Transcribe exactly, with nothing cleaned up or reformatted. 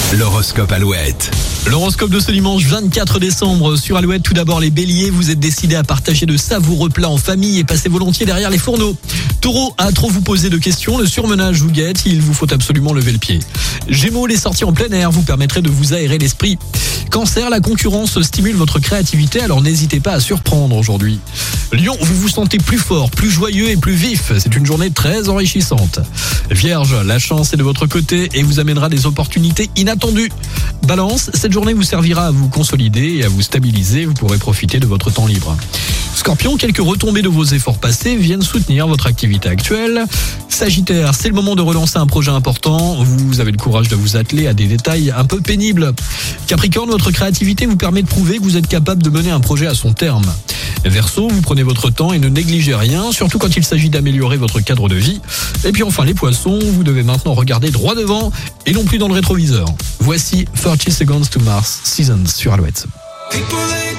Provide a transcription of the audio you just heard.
L'horoscope Alouette. L'horoscope de ce dimanche vingt-quatre décembre sur Alouette. Tout d'abord les béliers, vous êtes décidés à partager de savoureux plats en famille et passez volontiers derrière les fourneaux. Taureau, à trop vous poser de questions, le surmenage vous guette, il vous faut absolument lever le pied. Gémeaux, les sorties en plein air vous permettraient de vous aérer l'esprit. Cancer, la concurrence stimule votre créativité, alors n'hésitez pas à surprendre aujourd'hui. Lion, vous vous sentez plus fort, plus joyeux et plus vif, c'est une journée très enrichissante. Vierge, la chance est de votre côté et vous amènera des opportunités inattendues. Balance, cette journée vous servira à vous consolider et à vous stabiliser, vous pourrez profiter de votre temps libre. Scorpion, quelques retombées de vos efforts passés viennent soutenir votre activité actuelle. Sagittaire, c'est le moment de relancer un projet important, vous avez le courage de vous atteler à des détails un peu pénibles. Capricorne, votre créativité vous permet de prouver que vous êtes capable de mener un projet à son terme. Verseau, vous prenez votre temps et ne négligez rien, surtout quand il s'agit d'améliorer votre cadre de vie. Et puis enfin les poissons, vous devez maintenant regarder droit devant et non plus dans le rétroviseur. Voici thirty Seconds to Mars Seasons sur Alouette. People